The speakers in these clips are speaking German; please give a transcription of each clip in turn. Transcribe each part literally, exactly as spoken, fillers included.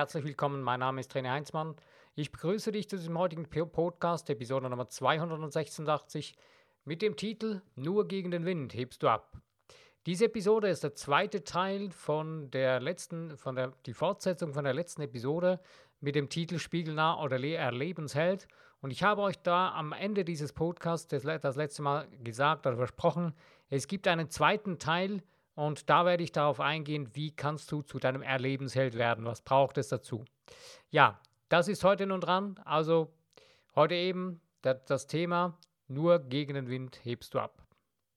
herzlich willkommen. Mein Name ist René Heinzmann. Ich begrüße dich zu diesem heutigen P- Podcast, Episode Nummer zweihundertsechsundachtzig, mit dem Titel Nur gegen den Wind hebst du ab. Diese Episode ist der zweite Teil von der letzten, von der, die Fortsetzung von der letzten Episode mit dem Titel Spiegelnah oder Le Erlebensheld. Und ich habe euch da am Ende dieses Podcasts das, das letzte Mal gesagt oder versprochen, es gibt einen zweiten Teil und da werde ich darauf eingehen, wie kannst du zu deinem Erlebensheld werden, was braucht es dazu. Ja, das ist heute nun dran, also heute eben das, das Thema, nur gegen den Wind hebst du ab.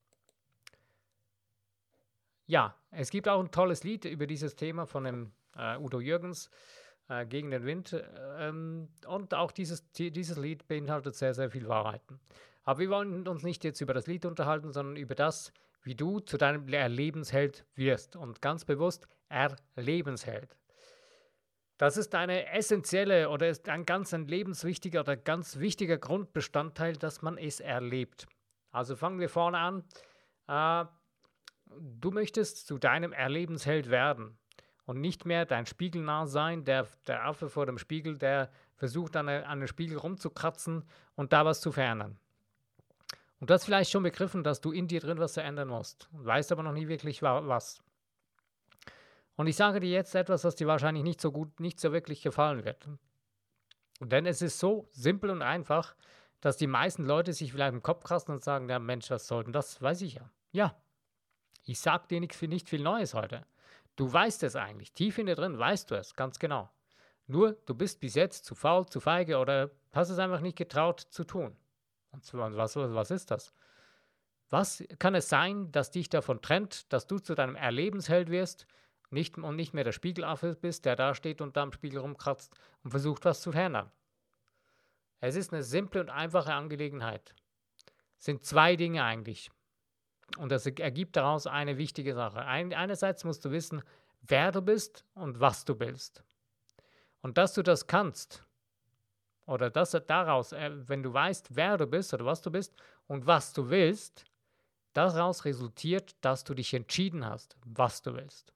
Ja, es gibt auch ein tolles Lied über dieses Thema von dem äh, Udo Jürgens, äh, Gegen den Wind. Ähm, und auch dieses, dieses Lied beinhaltet sehr, sehr viel Wahrheiten. Aber wir wollen uns nicht jetzt über das Lied unterhalten, sondern über das, wie du zu deinem Erlebensheld wirst. Und ganz bewusst Erlebensheld. Das ist eine essentielle oder ist ein ganz ein lebenswichtiger oder ganz wichtiger Grundbestandteil, dass man es erlebt. Also fangen wir vorne an. Äh, Du möchtest zu deinem Erlebensheld werden und nicht mehr dein Spiegelnah sein, der, der Affe vor dem Spiegel, der versucht, an, eine, an den Spiegel rumzukratzen und da was zu verändern. Und du hast vielleicht schon begriffen, dass du in dir drin was verändern musst, weißt aber noch nie wirklich was. Und ich sage dir jetzt etwas, was dir wahrscheinlich nicht so gut, nicht so wirklich gefallen wird. Denn es ist so simpel und einfach, dass die meisten Leute sich vielleicht im Kopf kratzen und sagen, ja Mensch, was soll denn das? Weiß ich ja. Ja, ich sage dir nicht viel, nicht viel Neues heute. Du weißt es eigentlich. Tief in dir drin weißt du es, ganz genau. Nur, du bist bis jetzt zu faul, zu feige oder hast es einfach nicht getraut zu tun. Und was, was ist das? Was kann es sein, das dich davon trennt, dass du zu deinem Erlebensheld wirst nicht, und nicht mehr der Spiegelaffe bist, der da steht und da am Spiegel rumkratzt und versucht, was zu verändern? Es ist eine simple und einfache Angelegenheit. Es sind zwei Dinge eigentlich. Und das ergibt daraus eine wichtige Sache. Ein, einerseits musst du wissen, wer du bist und was du willst. Und dass du das kannst, oder dass daraus, wenn du weißt, wer du bist oder was du bist und was du willst, daraus resultiert, dass du dich entschieden hast, was du willst.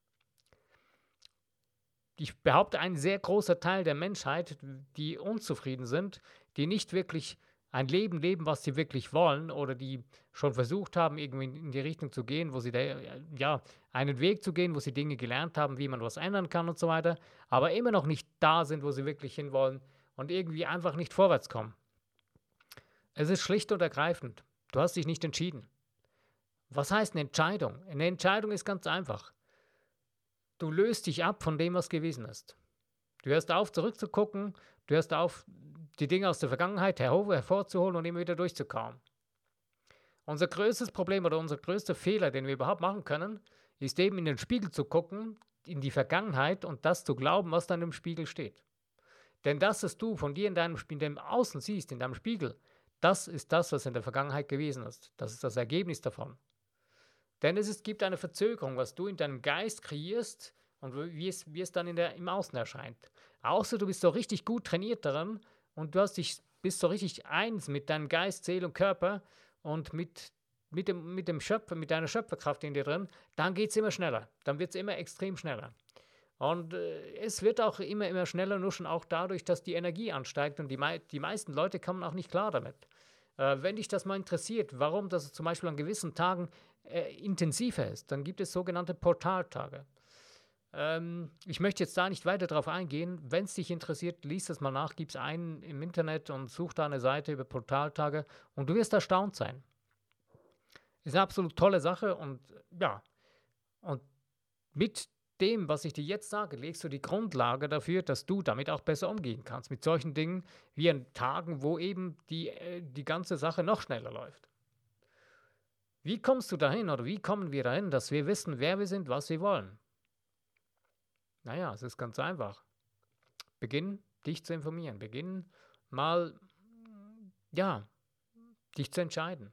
Ich behaupte, ein sehr großer Teil der Menschheit, die unzufrieden sind, die nicht wirklich ein Leben leben, was sie wirklich wollen oder die schon versucht haben, irgendwie in die Richtung zu gehen, wo sie da, ja, einen Weg zu gehen, wo sie Dinge gelernt haben, wie man was ändern kann und so weiter, aber immer noch nicht da sind, wo sie wirklich hinwollen und irgendwie einfach nicht vorwärts kommen. Es ist schlicht und ergreifend. Du hast dich nicht entschieden. Was heißt eine Entscheidung? Eine Entscheidung ist ganz einfach. Du löst dich ab von dem, was gewesen ist. Du hörst auf, zurückzugucken, du hörst auf, die Dinge aus der Vergangenheit hervorzuholen und immer wieder durchzukauen. Unser größtes Problem oder unser größter Fehler, den wir überhaupt machen können, ist eben in den Spiegel zu gucken, in die Vergangenheit und das zu glauben, was dann im Spiegel steht. Denn das, was du von dir in deinem, in deinem Außen siehst, in deinem Spiegel, das ist das, was in der Vergangenheit gewesen ist. Das ist das Ergebnis davon. Denn es ist, gibt eine Verzögerung, was du in deinem Geist kreierst und wie es, wie es dann in der, im Außen erscheint. Außer du bist so richtig gut trainiert daran und du hast dich, bist so richtig eins mit deinem Geist, Seele und Körper und mit, mit, dem, mit, dem Schöpfer, mit deiner Schöpferkraft in dir drin, dann geht es immer schneller. Dann wird es immer extrem schneller. Und äh, es wird auch immer, immer schneller, nur schon auch dadurch, dass die Energie ansteigt und die, die meisten Leute kommen auch nicht klar damit. Äh, wenn dich das mal interessiert, warum das zum Beispiel an gewissen Tagen äh, intensiver ist, dann gibt es sogenannte Portaltage. Ähm, ich möchte jetzt da nicht weiter drauf eingehen. Wenn es dich interessiert, lies das mal nach, gib es ein im Internet und such da eine Seite über Portaltage und du wirst erstaunt sein. Ist eine absolut tolle Sache und ja, und mit dem, was ich dir jetzt sage, legst du die Grundlage dafür, dass du damit auch besser umgehen kannst. Mit solchen Dingen wie an Tagen, wo eben die, äh, die ganze Sache noch schneller läuft. Wie kommst du dahin oder wie kommen wir dahin, dass wir wissen, wer wir sind, was wir wollen? Naja, es ist ganz einfach. Beginn, dich zu informieren. Beginn mal, ja, dich zu entscheiden.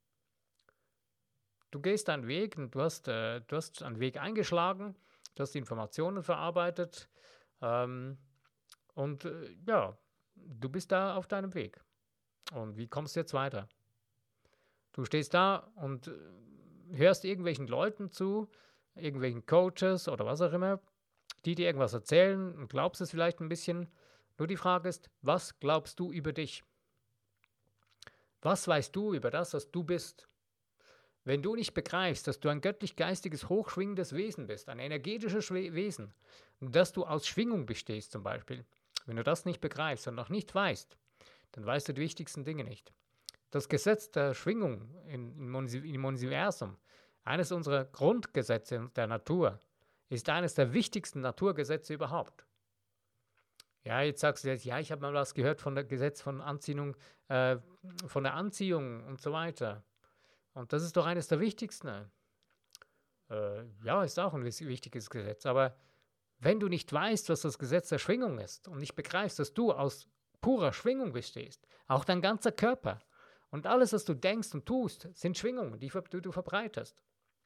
Du gehst einen Weg und du hast, äh, du hast einen Weg eingeschlagen, du hast Informationen verarbeitet ähm, und äh, ja, du bist da auf deinem Weg. Und wie kommst du jetzt weiter? Du stehst da und hörst irgendwelchen Leuten zu, irgendwelchen Coaches oder was auch immer, die dir irgendwas erzählen und glaubst es vielleicht ein bisschen. Nur die Frage ist, was glaubst du über dich? Was weißt du über das, was du bist? Wenn du nicht begreifst, dass du ein göttlich-geistiges, hochschwingendes Wesen bist, ein energetisches Wesen, und dass du aus Schwingung bestehst zum Beispiel, wenn du das nicht begreifst und noch nicht weißt, dann weißt du die wichtigsten Dinge nicht. Das Gesetz der Schwingung im Universum, eines unserer Grundgesetze der Natur, ist eines der wichtigsten Naturgesetze überhaupt. Ja, jetzt sagst du jetzt, ja, ich habe mal was gehört von dem Gesetz von Anziehung, äh, von der Anziehung und so weiter. Und das ist doch eines der wichtigsten. Äh, ja, ist auch ein wichtiges Gesetz. Aber wenn du nicht weißt, was das Gesetz der Schwingung ist und nicht begreifst, dass du aus purer Schwingung bestehst, auch dein ganzer Körper und alles, was du denkst und tust, sind Schwingungen, die du, du verbreitest.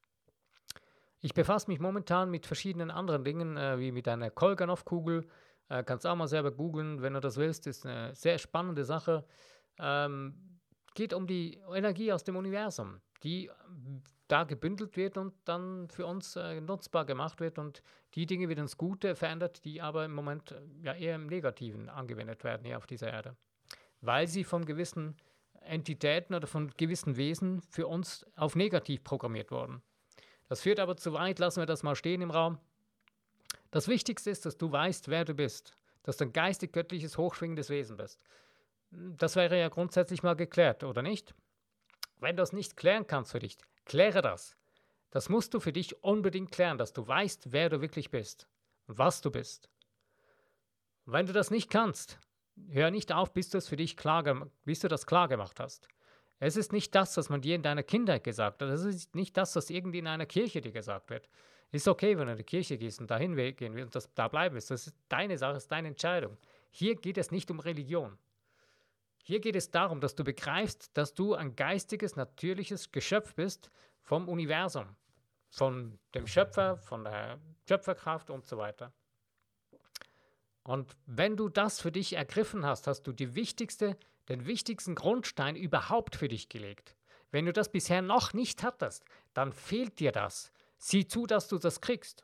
Ich befasse mich momentan mit verschiedenen anderen Dingen, äh, wie mit einer Kolganov-Kugel. Äh, kannst auch mal selber googeln, wenn du das willst. Ist eine sehr spannende Sache. Ähm, geht um die Energie aus dem Universum, die da gebündelt wird und dann für uns äh, nutzbar gemacht wird und die Dinge wieder ins Gute verändert, die aber im Moment äh, ja eher im Negativen angewendet werden hier auf dieser Erde, weil sie von gewissen Entitäten oder von gewissen Wesen für uns auf negativ programmiert wurden. Das führt aber zu weit, lassen wir das mal stehen im Raum. Das Wichtigste ist, dass du weißt, wer du bist, dass du ein geistig-göttliches, hochschwingendes Wesen bist. Das wäre ja grundsätzlich mal geklärt, oder nicht? Wenn du das nicht klären kannst für dich, kläre das. Das musst du für dich unbedingt klären, dass du weißt, wer du wirklich bist und was du bist. Wenn du das nicht kannst, hör nicht auf, bis du es für dich klar, bis du das klar gemacht hast. Es ist nicht das, was man dir in deiner Kindheit gesagt hat. Es ist nicht das, was irgendwie in einer Kirche dir gesagt wird. Ist okay, wenn du in die Kirche gehst und dahin gehen willst und das, da bleiben willst. Das ist deine Sache, das ist deine Entscheidung. Hier geht es nicht um Religion. Hier geht es darum, dass du begreifst, dass du ein geistiges, natürliches Geschöpf bist vom Universum, von dem Schöpfer, von der Schöpferkraft und so weiter. Und wenn du das für dich ergriffen hast, hast du die wichtigste, den wichtigsten Grundstein überhaupt für dich gelegt. Wenn du das bisher noch nicht hattest, dann fehlt dir das. Sieh zu, dass du das kriegst.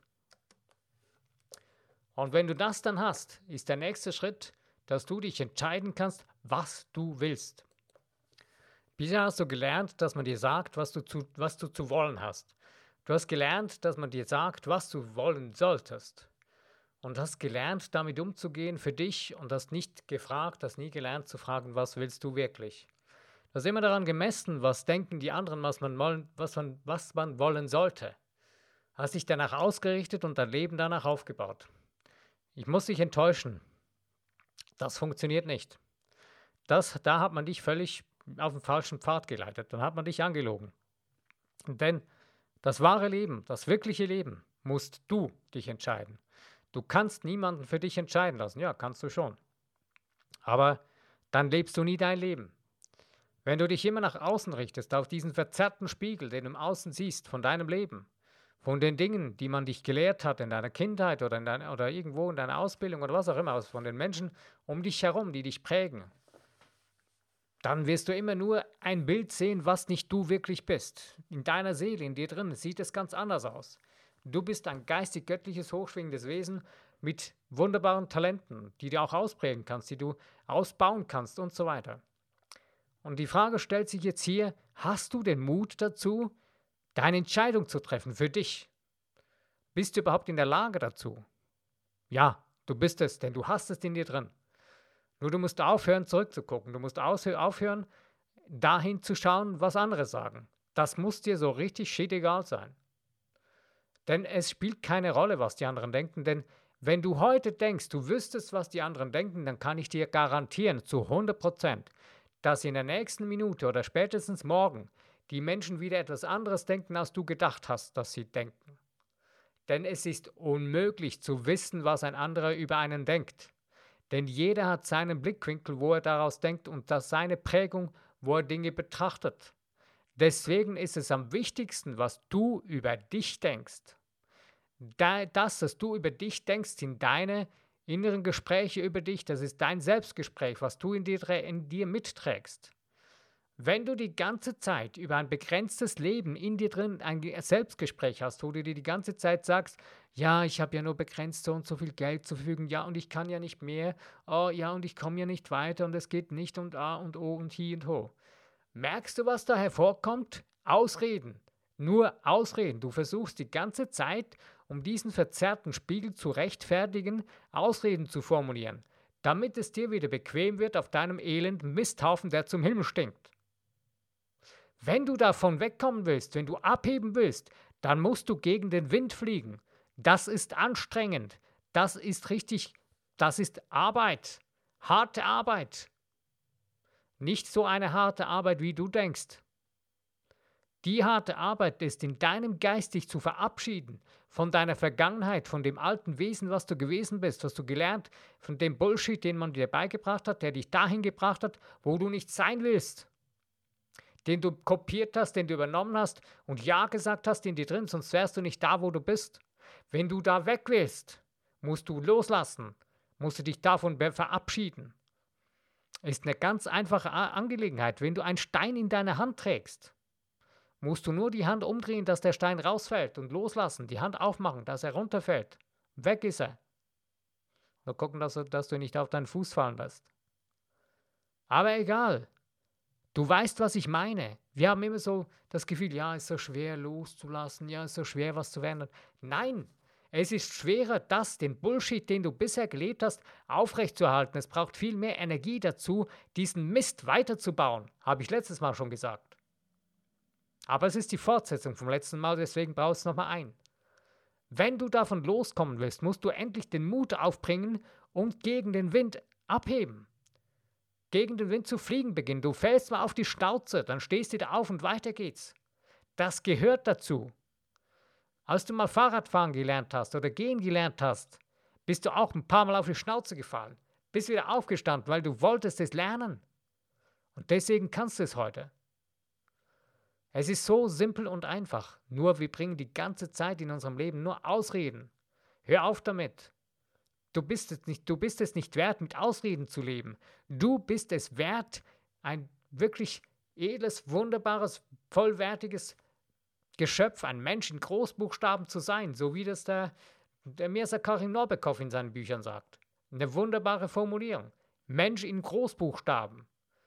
Und wenn du das dann hast, ist der nächste Schritt, dass du dich entscheiden kannst, was du willst. Bisher hast du gelernt, dass man dir sagt, was du zu, was du zu wollen hast. Du hast gelernt, dass man dir sagt, was du wollen solltest. Und hast gelernt, damit umzugehen für dich und hast nicht gefragt, hast nie gelernt zu fragen, was willst du wirklich. Du hast immer daran gemessen, was denken die anderen, was man wollen, was man, was man wollen sollte. Hast dich danach ausgerichtet und dein Leben danach aufgebaut. Ich muss dich enttäuschen. Das funktioniert nicht. Das, da hat man dich völlig auf den falschen Pfad geleitet. Dann hat man dich angelogen. Denn das wahre Leben, das wirkliche Leben, musst du dich entscheiden. Du kannst niemanden für dich entscheiden lassen. Ja, kannst du schon. Aber dann lebst du nie dein Leben. Wenn du dich immer nach außen richtest, auf diesen verzerrten Spiegel, den du im Außen siehst, von deinem Leben, von den Dingen, die man dich gelehrt hat in deiner Kindheit oder, in deiner, oder irgendwo in deiner Ausbildung oder was auch immer, von den Menschen um dich herum, die dich prägen, dann wirst du immer nur ein Bild sehen, was nicht du wirklich bist. In deiner Seele, in dir drin, sieht es ganz anders aus. Du bist ein geistig-göttliches, hochschwingendes Wesen mit wunderbaren Talenten, die du auch ausprägen kannst, die du ausbauen kannst und so weiter. Und die Frage stellt sich jetzt hier, hast du den Mut dazu, deine Entscheidung zu treffen für dich? Bist du überhaupt in der Lage dazu? Ja, du bist es, denn du hast es in dir drin. Nur du musst aufhören, zurückzugucken. Du musst aufhören, dahin zu schauen, was andere sagen. Das muss dir so richtig shit egal sein. Denn es spielt keine Rolle, was die anderen denken, denn wenn du heute denkst, du wüsstest, was die anderen denken, dann kann ich dir garantieren, zu hundert Prozent, dass in der nächsten Minute oder spätestens morgen die Menschen wieder etwas anderes denken, als du gedacht hast, dass sie denken. Denn es ist unmöglich zu wissen, was ein anderer über einen denkt. Denn jeder hat seinen Blickwinkel, wo er daraus denkt und das seine Prägung, wo er Dinge betrachtet. Deswegen ist es am wichtigsten, was du über dich denkst. Das, was du über dich denkst, sind deine inneren Gespräche über dich. Das ist dein Selbstgespräch, was du in dir, in dir mitträgst. Wenn du die ganze Zeit über ein begrenztes Leben in dir drin ein Selbstgespräch hast, wo du dir die ganze Zeit sagst, ja, ich habe ja nur begrenzt so und so viel Geld zu verfügen, ja, und ich kann ja nicht mehr, oh, ja, und ich komme ja nicht weiter und es geht nicht und A und O und Hi und Ho. Merkst du, was da hervorkommt? Ausreden. Nur Ausreden. Du versuchst die ganze Zeit, um diesen verzerrten Spiegel zu rechtfertigen, Ausreden zu formulieren, damit es dir wieder bequem wird auf deinem elenden Misthaufen, der zum Himmel stinkt. Wenn du davon wegkommen willst, wenn du abheben willst, dann musst du gegen den Wind fliegen. Das ist anstrengend. Das ist richtig, das ist Arbeit. Harte Arbeit. Nicht so eine harte Arbeit, wie du denkst. Die harte Arbeit ist, in deinem Geist dich zu verabschieden von deiner Vergangenheit, von dem alten Wesen, was du gewesen bist, was du gelernt, von dem Bullshit, den man dir beigebracht hat, der dich dahin gebracht hat, wo du nicht sein willst. Den du kopiert hast, den du übernommen hast und Ja gesagt hast in dir drin, sonst wärst du nicht da, wo du bist. Wenn du da weg willst, musst du loslassen, musst du dich davon verabschieden. Ist eine ganz einfache Angelegenheit. Wenn du einen Stein in deiner Hand trägst, musst du nur die Hand umdrehen, dass der Stein rausfällt und loslassen, die Hand aufmachen, dass er runterfällt. Weg ist er. Nur gucken, dass du, dass du nicht auf deinen Fuß fallen lässt. Aber egal. Du weißt, was ich meine. Wir haben immer so das Gefühl, ja, es ist so schwer loszulassen, ja, es ist so schwer, was zu verändern. Nein, es ist schwerer, das, den Bullshit, den du bisher gelebt hast, aufrechtzuerhalten. Es braucht viel mehr Energie dazu, diesen Mist weiterzubauen, habe ich letztes Mal schon gesagt. Aber es ist die Fortsetzung vom letzten Mal, deswegen brauchst du es nochmal ein. Wenn du davon loskommen willst, musst du endlich den Mut aufbringen und gegen den Wind abheben. Gegen den Wind zu fliegen beginnen. Du fällst mal auf die Schnauze, dann stehst du wieder auf und weiter geht's. Das gehört dazu. Als du mal Fahrradfahren gelernt hast oder gehen gelernt hast, bist du auch ein paar Mal auf die Schnauze gefallen. Bist wieder aufgestanden, weil du wolltest es lernen. Und deswegen kannst du es heute. Es ist so simpel und einfach. Nur wir bringen die ganze Zeit in unserem Leben nur Ausreden. Hör auf damit. Du bist es nicht, du bist es nicht wert, mit Ausreden zu leben. Du bist es wert, ein wirklich edles, wunderbares, vollwertiges Geschöpf, ein Mensch in Großbuchstaben zu sein, so wie das der, der Mirza Karim Norbekov in seinen Büchern sagt. Eine wunderbare Formulierung. Mensch in Großbuchstaben.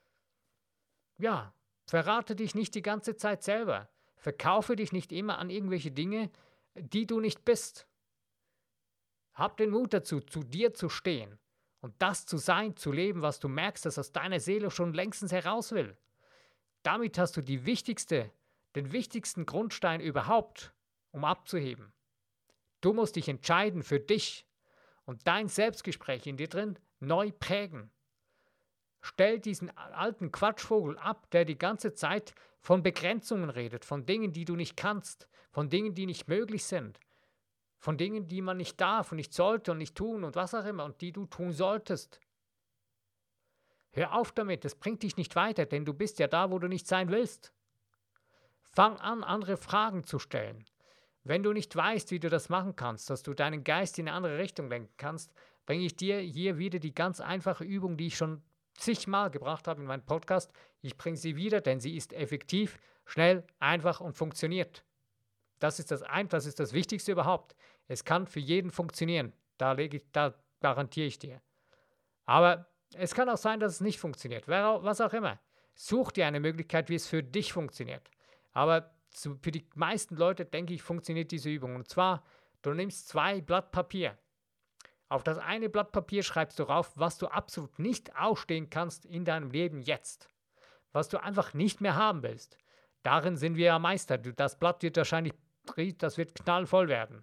Ja, verrate dich nicht die ganze Zeit selber. Verkaufe dich nicht immer an irgendwelche Dinge, die du nicht bist. Hab den Mut dazu, zu dir zu stehen und das zu sein, zu leben, was du merkst, dass aus deiner Seele schon längstens heraus will. Damit hast du die wichtigste, den wichtigsten Grundstein überhaupt, um abzuheben. Du musst dich entscheiden für dich und dein Selbstgespräch in dir drin neu prägen. Stell diesen alten Quatschvogel ab, der die ganze Zeit von Begrenzungen redet, von Dingen, die du nicht kannst, von Dingen, die nicht möglich sind, von Dingen, die man nicht darf und nicht sollte und nicht tun und was auch immer und die du tun solltest. Hör auf damit, das bringt dich nicht weiter, denn du bist ja da, wo du nicht sein willst. Fang an, andere Fragen zu stellen. Wenn du nicht weißt, wie du das machen kannst, dass du deinen Geist in eine andere Richtung lenken kannst, bringe ich dir hier wieder die ganz einfache Übung, die ich schon zigmal gebracht habe in meinem Podcast. Ich bringe sie wieder, denn sie ist effektiv, schnell, einfach und funktioniert. Das ist das, ein, das ist das Wichtigste überhaupt. Es kann für jeden funktionieren. Da, lege ich, da garantiere ich dir. Aber es kann auch sein, dass es nicht funktioniert. Was auch immer. Such dir eine Möglichkeit, wie es für dich funktioniert. Aber für die meisten Leute, denke ich, funktioniert diese Übung. Und zwar, du nimmst zwei Blatt Papier. Auf das eine Blatt Papier schreibst du rauf, was du absolut nicht ausstehen kannst in deinem Leben jetzt. Was du einfach nicht mehr haben willst. Darin sind wir ja Meister. Das Blatt wird wahrscheinlich, das wird knallvoll werden.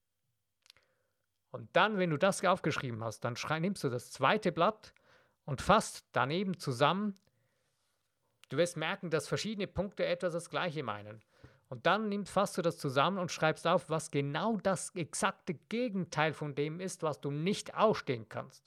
Und dann, wenn du das aufgeschrieben hast, dann nimmst du das zweite Blatt und fasst daneben zusammen. Du wirst merken, dass verschiedene Punkte etwas das Gleiche meinen. Und dann nimmst, fasst du das zusammen und schreibst auf, was genau das exakte Gegenteil von dem ist, was du nicht ausstehen kannst.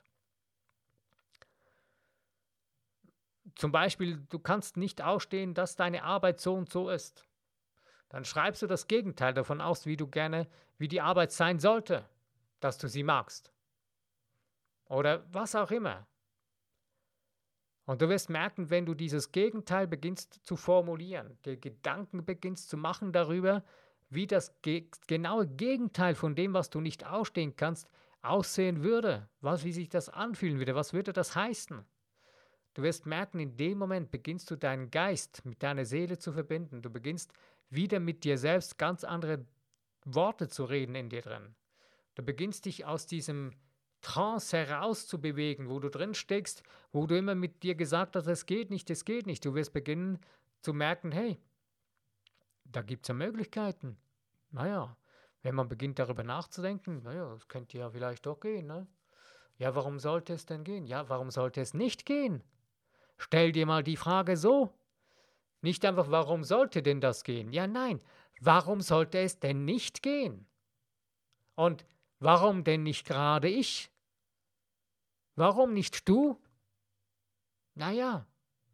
Zum Beispiel, du kannst nicht ausstehen, dass deine Arbeit so und so ist. Dann schreibst du das Gegenteil davon aus, wie du gerne, wie die Arbeit sein sollte, dass du sie magst. Oder was auch immer. Und du wirst merken, wenn du dieses Gegenteil beginnst zu formulieren, dir Gedanken beginnst zu machen darüber, wie das ge genaue Gegenteil von dem, was du nicht ausstehen kannst, aussehen würde, was, wie sich das anfühlen würde, was würde das heißen? Du wirst merken, in dem Moment beginnst du deinen Geist mit deiner Seele zu verbinden. Du beginnst wieder mit dir selbst ganz andere Worte zu reden in dir drin. Du beginnst dich aus diesem Trance herauszubewegen, wo du drin steckst, wo du immer mit dir gesagt hast, es geht nicht, es geht nicht. Du wirst beginnen zu merken, hey, da gibt es ja Möglichkeiten. Naja, wenn man beginnt darüber nachzudenken, naja, das könnte ja vielleicht doch gehen, ne? Ja, warum sollte es denn gehen? Ja, warum sollte es nicht gehen? Stell dir mal die Frage so. Nicht einfach, warum sollte denn das gehen? Ja, nein, warum sollte es denn nicht gehen? Und warum denn nicht gerade ich? Warum nicht du? Naja,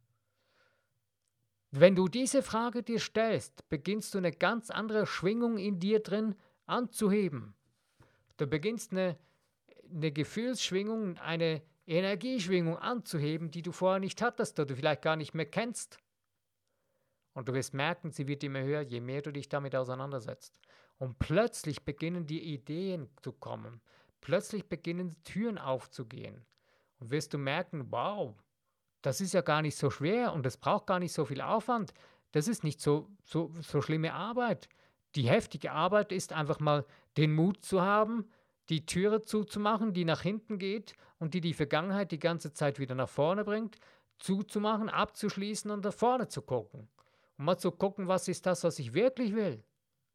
wenn du diese Frage dir stellst, beginnst du eine ganz andere Schwingung in dir drin anzuheben. Du beginnst eine, eine Gefühlsschwingung, eine Energieschwingung anzuheben, die du vorher nicht hattest oder du vielleicht gar nicht mehr kennst. Und du wirst merken, sie wird immer höher, je mehr du dich damit auseinandersetzt. Und plötzlich beginnen die Ideen zu kommen. Plötzlich beginnen die Türen aufzugehen. Und wirst du merken, wow, das ist ja gar nicht so schwer und es braucht gar nicht so viel Aufwand. Das ist nicht so, so, so schlimme Arbeit. Die heftige Arbeit ist einfach mal den Mut zu haben, die Türe zuzumachen, die nach hinten geht und die die Vergangenheit die ganze Zeit wieder nach vorne bringt, zuzumachen, abzuschließen und nach vorne zu gucken. Und mal zu gucken, was ist das, was ich wirklich will.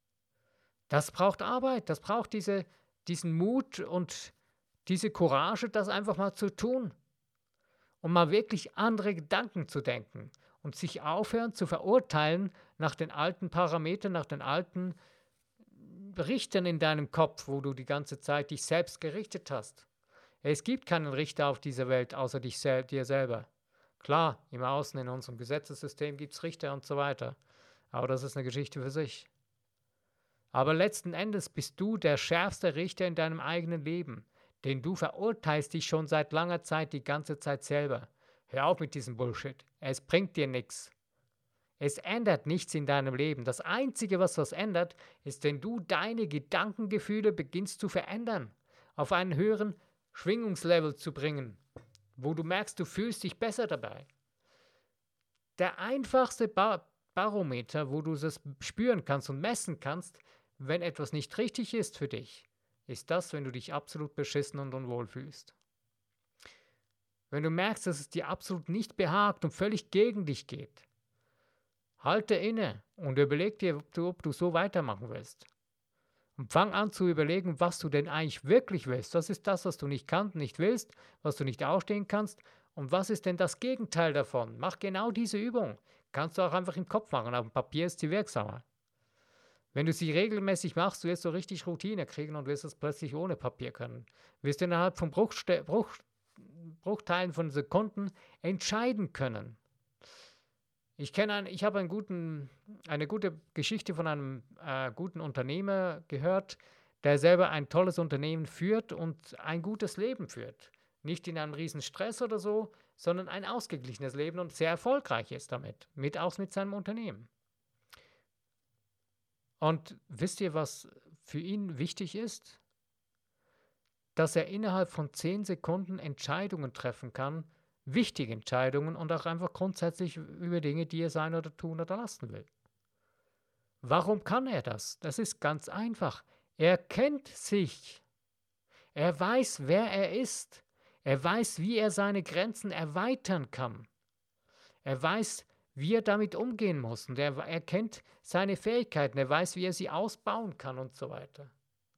Das braucht Arbeit, das braucht diese, diesen Mut und diese Courage, das einfach mal zu tun. Um mal wirklich andere Gedanken zu denken und sich aufhören zu verurteilen nach den alten Parametern, nach den alten Richtern in deinem Kopf, wo du die ganze Zeit dich selbst gerichtet hast. Es gibt keinen Richter auf dieser Welt außer dich sel- dir selber. Klar, im Außen, in unserem Gesetzessystem gibt es Richter und so weiter. Aber das ist eine Geschichte für sich. Aber letzten Endes bist du der schärfste Richter in deinem eigenen Leben. Denn du verurteilst dich schon seit langer Zeit die ganze Zeit selber. Hör auf mit diesem Bullshit. Es bringt dir nichts. Es ändert nichts in deinem Leben. Das Einzige, was das ändert, ist, wenn du deine Gedankengefühle beginnst zu verändern, auf einen höheren Schwingungslevel zu bringen, wo du merkst, du fühlst dich besser dabei. Der einfachste ba- Barometer, wo du das spüren kannst und messen kannst, wenn etwas nicht richtig ist für dich, ist das, wenn du dich absolut beschissen und unwohl fühlst. Wenn du merkst, dass es dir absolut nicht behagt und völlig gegen dich geht, halte inne und überleg dir, ob du, ob du so weitermachen willst. Und fang an zu überlegen, was du denn eigentlich wirklich willst. Was ist das, was du nicht kannst, nicht willst, was du nicht ausstehen kannst? Und was ist denn das Gegenteil davon? Mach genau diese Übung. Kannst du auch einfach im Kopf machen. Auf dem Papier ist sie wirksamer. Wenn du sie regelmäßig machst, wirst du richtig Routine kriegen und wirst es plötzlich ohne Papier können. Wirst du innerhalb von Bruchste Bruch Bruchteilen von Sekunden entscheiden können. Ich kenne ein, ich habe einen guten, eine gute Geschichte von einem äh, guten Unternehmer gehört, der selber ein tolles Unternehmen führt und ein gutes Leben führt. Nicht in einem riesen Stress oder so, sondern ein ausgeglichenes Leben und sehr erfolgreich ist damit, mit auch mit seinem Unternehmen. Und wisst ihr, was für ihn wichtig ist? Dass er innerhalb von zehn Sekunden Entscheidungen treffen kann, wichtige Entscheidungen und auch einfach grundsätzlich über Dinge, die er sein oder tun oder lassen will. Warum kann er das? Das ist ganz einfach. Er kennt sich. Er weiß, wer er ist. Er weiß, wie er seine Grenzen erweitern kann. Er weiß, wie er damit umgehen muss. Und er, er kennt seine Fähigkeiten. Er weiß, wie er sie ausbauen kann und so weiter.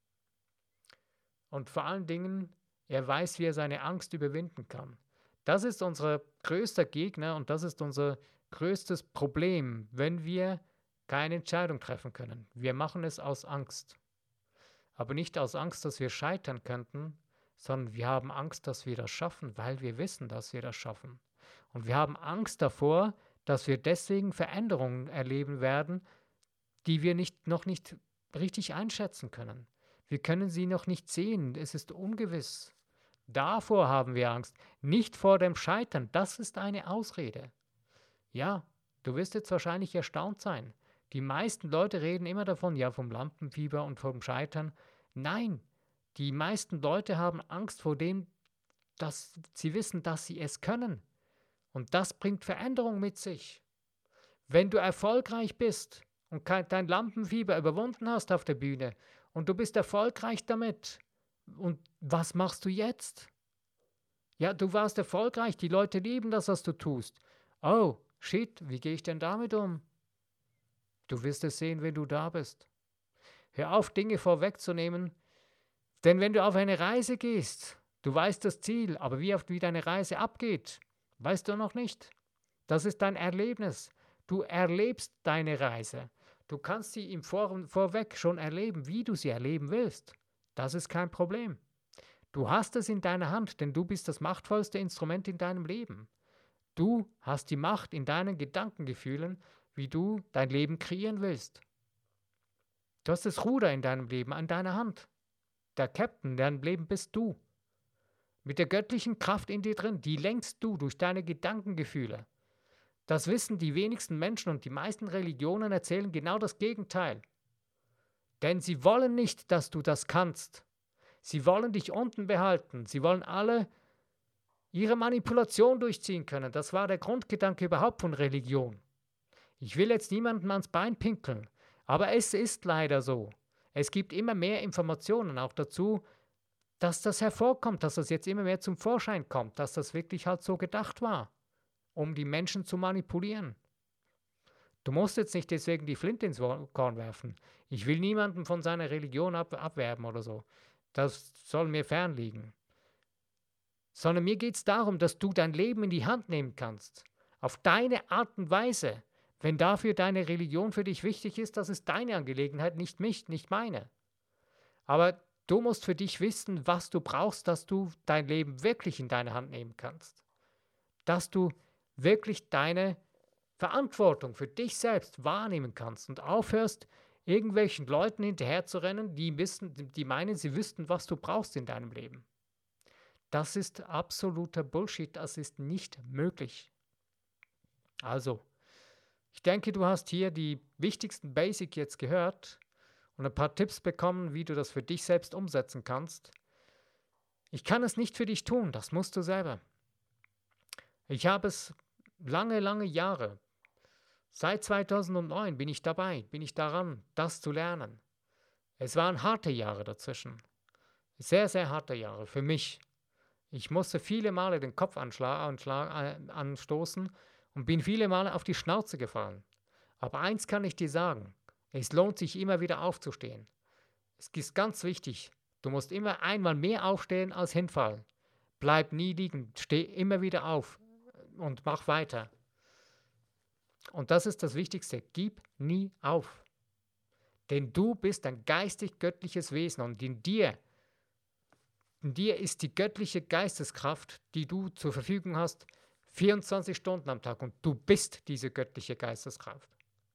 Und vor allen Dingen, er weiß, wie er seine Angst überwinden kann. Das ist unser größter Gegner und das ist unser größtes Problem, wenn wir keine Entscheidung treffen können. Wir machen es aus Angst. Aber nicht aus Angst, dass wir scheitern könnten, sondern wir haben Angst, dass wir das schaffen, weil wir wissen, dass wir das schaffen. Und wir haben Angst davor, dass wir deswegen Veränderungen erleben werden, die wir nicht, noch nicht richtig einschätzen können. Wir können sie noch nicht sehen. Es ist ungewiss. Davor haben wir Angst, nicht vor dem Scheitern. Das ist eine Ausrede. Ja, du wirst jetzt wahrscheinlich erstaunt sein. Die meisten Leute reden immer davon, ja, vom Lampenfieber und vom Scheitern. Nein, die meisten Leute haben Angst vor dem, dass sie wissen, dass sie es können. Und das bringt Veränderung mit sich. Wenn du erfolgreich bist und dein Lampenfieber überwunden hast auf der Bühne und du bist erfolgreich damit, und was machst du jetzt? Ja, du warst erfolgreich, die Leute lieben das, was du tust. Oh, shit, wie gehe ich denn damit um? Du wirst es sehen, wenn du da bist. Hör auf, Dinge vorwegzunehmen, denn wenn du auf eine Reise gehst, du weißt das Ziel, aber wie oft wie deine Reise abgeht, weißt du noch nicht. Das ist dein Erlebnis. Du erlebst deine Reise. Du kannst sie im Vor- Vorweg schon erleben, wie du sie erleben willst. Das ist kein Problem. Du hast es in deiner Hand, denn du bist das machtvollste Instrument in deinem Leben. Du hast die Macht in deinen Gedankengefühlen, wie du dein Leben kreieren willst. Du hast das Ruder in deinem Leben an deiner Hand. Der Captain in deinem Leben bist du. Mit der göttlichen Kraft in dir drin, die lenkst du durch deine Gedankengefühle. Das wissen die wenigsten Menschen und die meisten Religionen erzählen genau das Gegenteil. Denn sie wollen nicht, dass du das kannst. Sie wollen dich unten behalten. Sie wollen alle ihre Manipulation durchziehen können. Das war der Grundgedanke überhaupt von Religion. Ich will jetzt niemandem ans Bein pinkeln, aber es ist leider so. Es gibt immer mehr Informationen auch dazu, dass das hervorkommt, dass das jetzt immer mehr zum Vorschein kommt, dass das wirklich halt so gedacht war, um die Menschen zu manipulieren. Du musst jetzt nicht deswegen die Flinte ins Korn werfen. Ich will niemanden von seiner Religion ab abwerben oder so. Das soll mir fernliegen. Sondern mir geht es darum, dass du dein Leben in die Hand nehmen kannst. Auf deine Art und Weise. Wenn dafür deine Religion für dich wichtig ist, das ist deine Angelegenheit, nicht mich, nicht meine. Aber du musst für dich wissen, was du brauchst, dass du dein Leben wirklich in deine Hand nehmen kannst. Dass du wirklich deine Verantwortung für dich selbst wahrnehmen kannst und aufhörst, irgendwelchen Leuten hinterherzurennen, die wissen, die meinen, sie wüssten, was du brauchst in deinem Leben. Das ist absoluter Bullshit, das ist nicht möglich. Also, ich denke, du hast hier die wichtigsten Basics jetzt gehört und ein paar Tipps bekommen, wie du das für dich selbst umsetzen kannst. Ich kann es nicht für dich tun, das musst du selber. Ich habe es lange, lange Jahre, seit zweitausendneun bin ich dabei, bin ich daran, das zu lernen. Es waren harte Jahre dazwischen, sehr, sehr harte Jahre für mich. Ich musste viele Male den Kopf anschla anschla äh, anstoßen und bin viele Male auf die Schnauze gefallen. Aber eins kann ich dir sagen, es lohnt sich immer wieder aufzustehen. Es ist ganz wichtig, du musst immer einmal mehr aufstehen als hinfallen. Bleib nie liegen, steh immer wieder auf und mach weiter. Und das ist das Wichtigste, gib nie auf. Denn du bist ein geistig-göttliches Wesen und in dir In dir ist die göttliche Geisteskraft, die du zur Verfügung hast, vierundzwanzig Stunden am Tag und du bist diese göttliche Geisteskraft.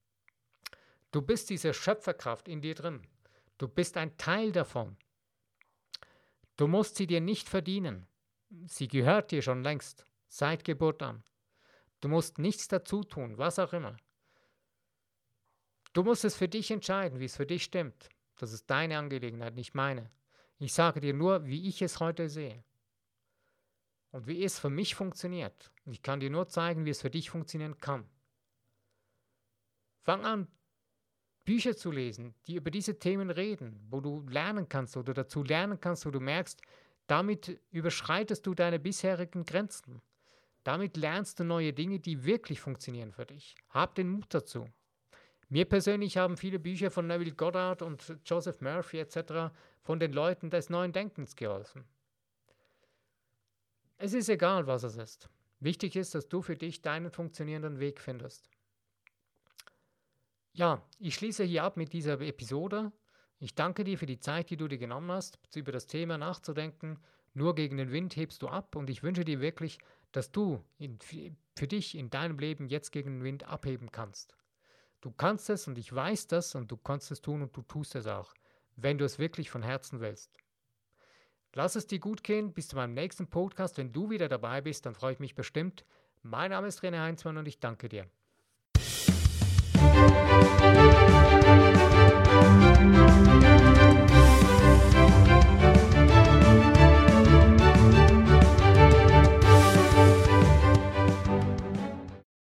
Du bist diese Schöpferkraft in dir drin. Du bist ein Teil davon. Du musst sie dir nicht verdienen. Sie gehört dir schon längst, seit Geburt an. Du musst nichts dazu tun, was auch immer. Du musst es für dich entscheiden, wie es für dich stimmt. Das ist deine Angelegenheit, nicht meine. Ich sage dir nur, wie ich es heute sehe und wie es für mich funktioniert. Ich kann dir nur zeigen, wie es für dich funktionieren kann. Fang an, Bücher zu lesen, die über diese Themen reden, wo du lernen kannst oder dazu lernen kannst, wo du merkst, damit überschreitest du deine bisherigen Grenzen. Damit lernst du neue Dinge, die wirklich funktionieren für dich. Hab den Mut dazu. Mir persönlich haben viele Bücher von Neville Goddard und Joseph Murphy et cetera von den Leuten des neuen Denkens geholfen. Es ist egal, was es ist. Wichtig ist, dass du für dich deinen funktionierenden Weg findest. Ja, ich schließe hier ab mit dieser Episode. Ich danke dir für die Zeit, die du dir genommen hast, über das Thema nachzudenken. Nur gegen den Wind hebst du ab und ich wünsche dir wirklich, dass du in, für dich in deinem Leben jetzt gegen den Wind abheben kannst. Du kannst es und ich weiß das und du kannst es tun und du tust es auch, wenn du es wirklich von Herzen willst. Lass es dir gut gehen. Bis zu meinem nächsten Podcast. Wenn du wieder dabei bist, dann freue ich mich bestimmt. Mein Name ist René Heinzmann und ich danke dir.